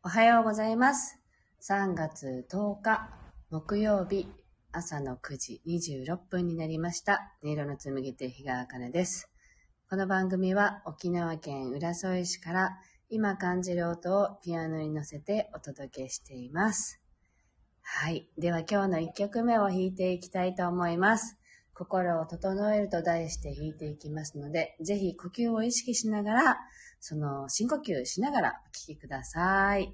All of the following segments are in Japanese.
おはようございます。3月10日木曜日朝の9時26分になりました。音色の紡手日川茜です。この番組は沖縄県浦添市から今感じる音をピアノに乗せてお届けしています。はい。では今日の1曲目を弾いていきたいと思います。心を整えると題して弾いていきますので、ぜひ呼吸を意識しながら、その深呼吸しながらお聴きください。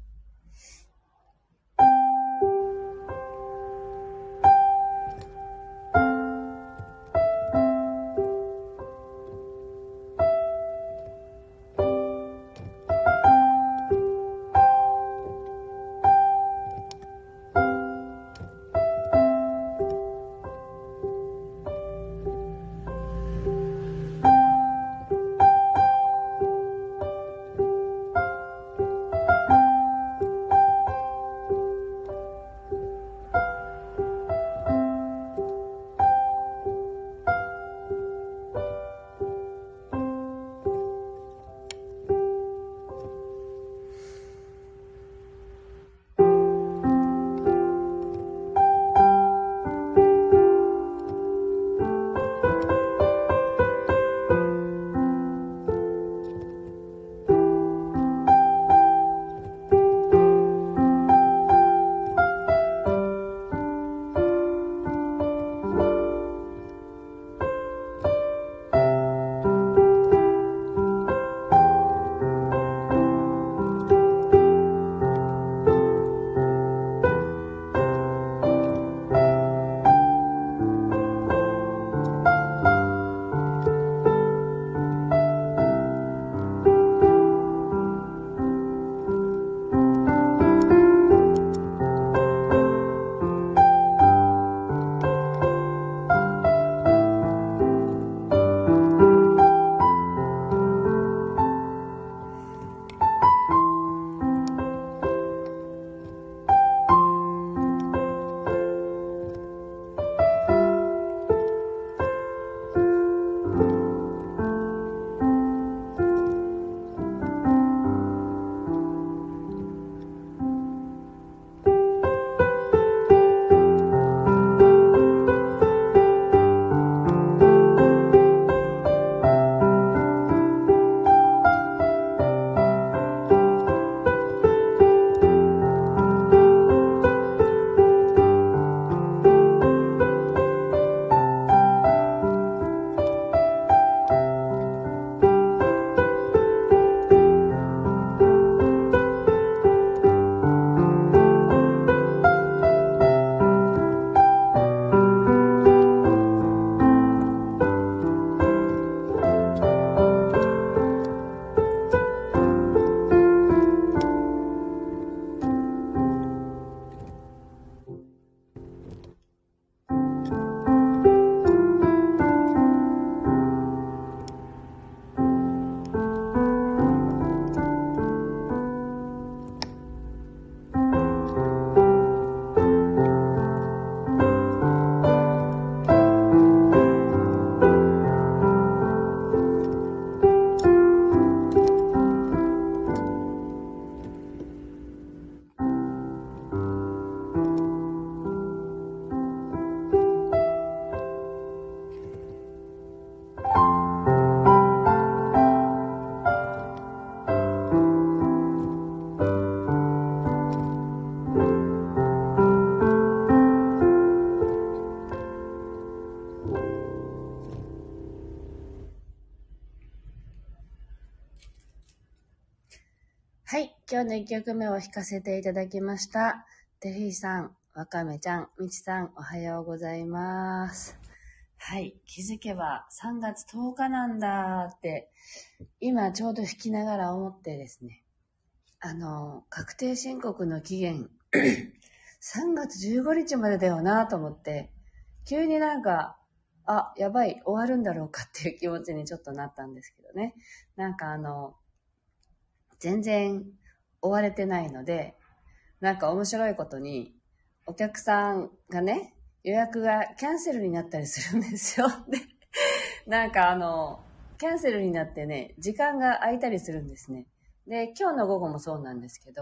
はい。今日の1曲目を弾かせていただきました。てひさん、わかめちゃん、みちさん、おはようございます。はい。気づけば3月10日なんだって、今ちょうど弾きながら思ってですね。確定申告の期限、3月15日までだよなと思って、急になんか、やばい、終わるんだろうかっていう気持ちにちょっとなったんですけどね。なんか全然終われてないので、なんか面白いことに、お客さんがね、予約がキャンセルになったりするんですよ。で、なんかキャンセルになってね、時間が空いたりするんですね。で、今日の午後もそうなんですけど、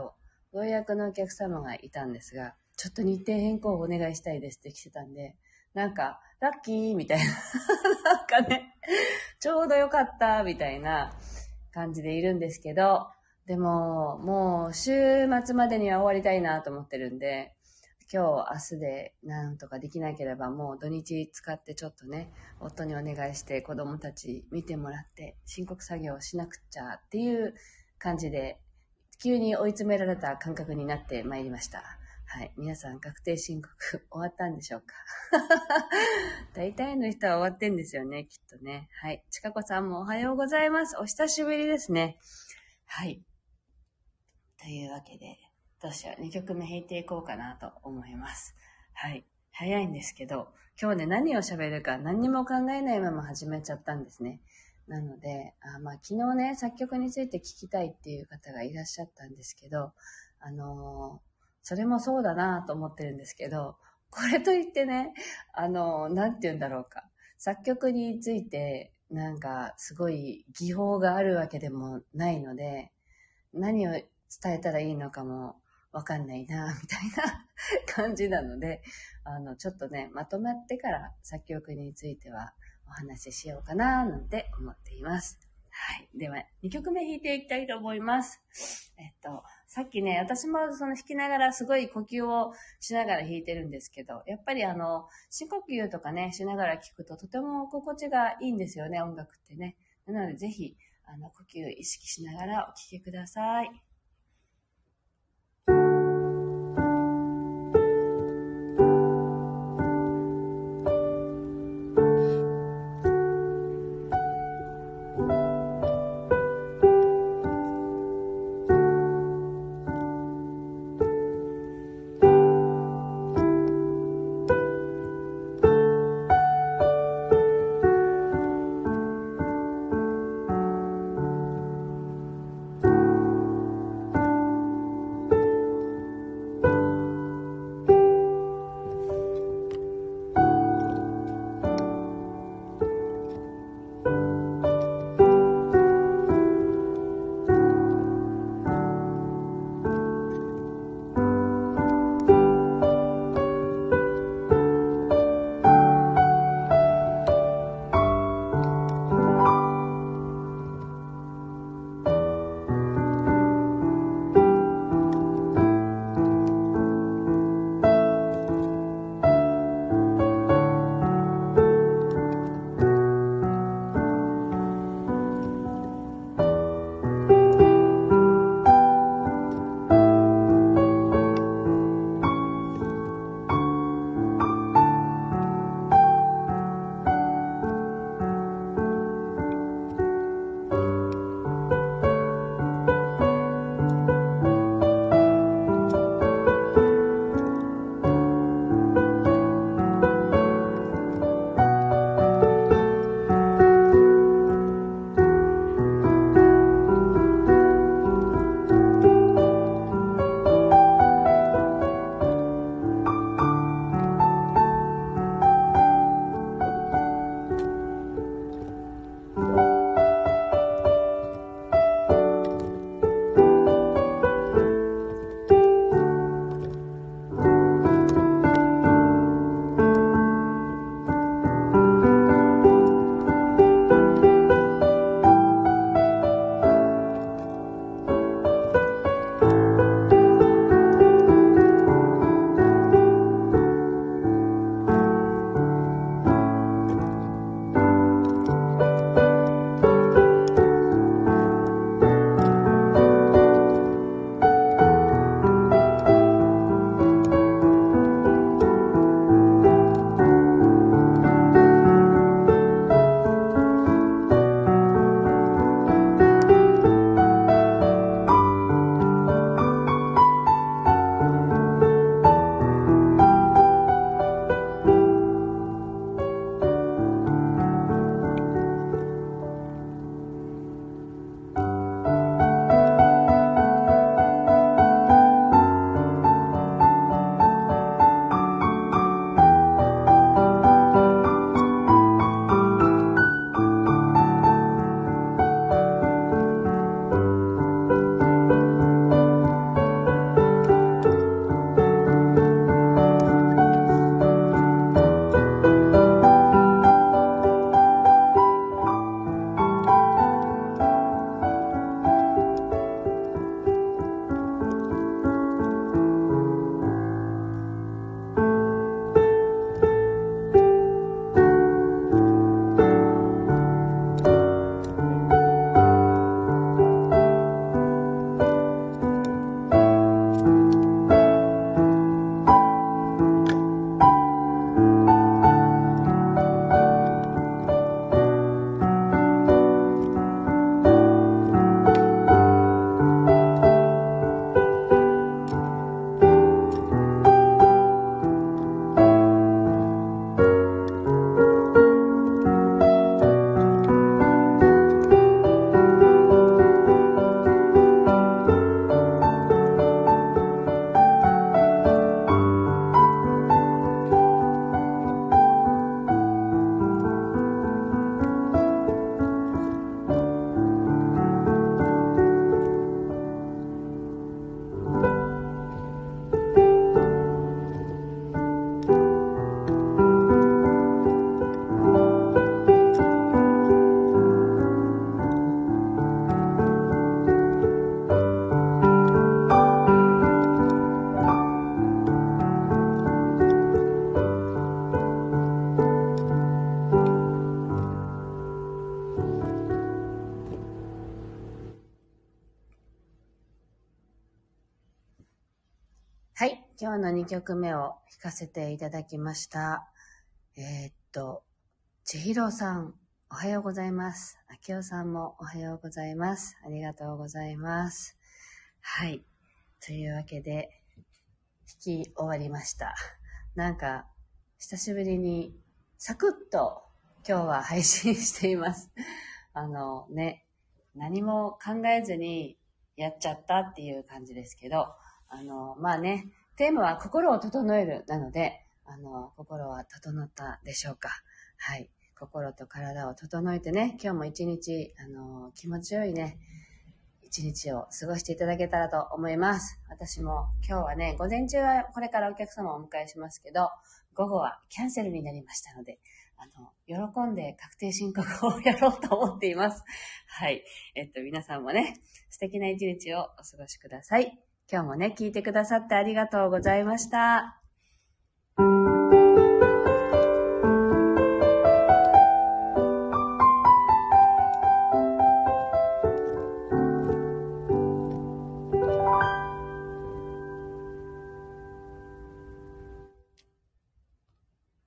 ご予約のお客様がいたんですが、ちょっと日程変更をお願いしたいですって来てたんで、なんか、ラッキーみたいな、なんかね、ちょうどよかったみたいな感じでいるんですけど、でも、もう週末までには終わりたいなと思ってるんで、今日、明日でなんとかできなければもう土日使ってちょっとね、夫にお願いして子供たち見てもらって申告作業をしなくちゃっていう感じで、急に追い詰められた感覚になってまいりました。はい。皆さん確定申告終わったんでしょうか？大体の人は終わってんですよね、きっとね。はい。ちかこさんもおはようございます。お久しぶりですね。はい。というわけで、どうしよう。2曲目弾いていこうかなと思います。はい。早いんですけど、今日ね、何を喋るか何にも考えないまま始めちゃったんですね。なので、昨日ね、作曲について聞きたいっていう方がいらっしゃったんですけど、それもそうだなと思ってるんですけど、これといってね、なんて言うんだろうか。作曲について、なんか、すごい技法があるわけでもないので、何を伝えたらいいのかもわかんないな、みたいな感じなので、ちょっとね、まとまってから作曲についてはお話ししようかな、なんて思っています。はい。では、2曲目弾いていきたいと思います。さっきね、私もその弾きながらすごい呼吸をしながら弾いてるんですけど、やっぱり深呼吸とかね、しながら聴くととても心地がいいんですよね、音楽ってね。なのでぜひ、呼吸意識しながらお聴きください。 はい。今日の2曲目を弾かせていただきました。千尋さん、おはようございます。あきおさんもおはようございます。ありがとうございます。はい。というわけで、弾き終わりました。なんか、久しぶりにサクッと今日は配信しています。何も考えずにやっちゃったっていう感じですけど、まあね、テーマは心を整えるなので、心は整ったでしょうか。はい。心と体を整えてね、今日も一日、気持ちよいね、一日を過ごしていただけたらと思います。私も今日はね、午前中はこれからお客様をお迎えしますけど、午後はキャンセルになりましたので、喜んで確定申告をやろうと思っています。はい。皆さんもね、素敵な一日をお過ごしください。今日もね、聞いてくださってありがとうございました。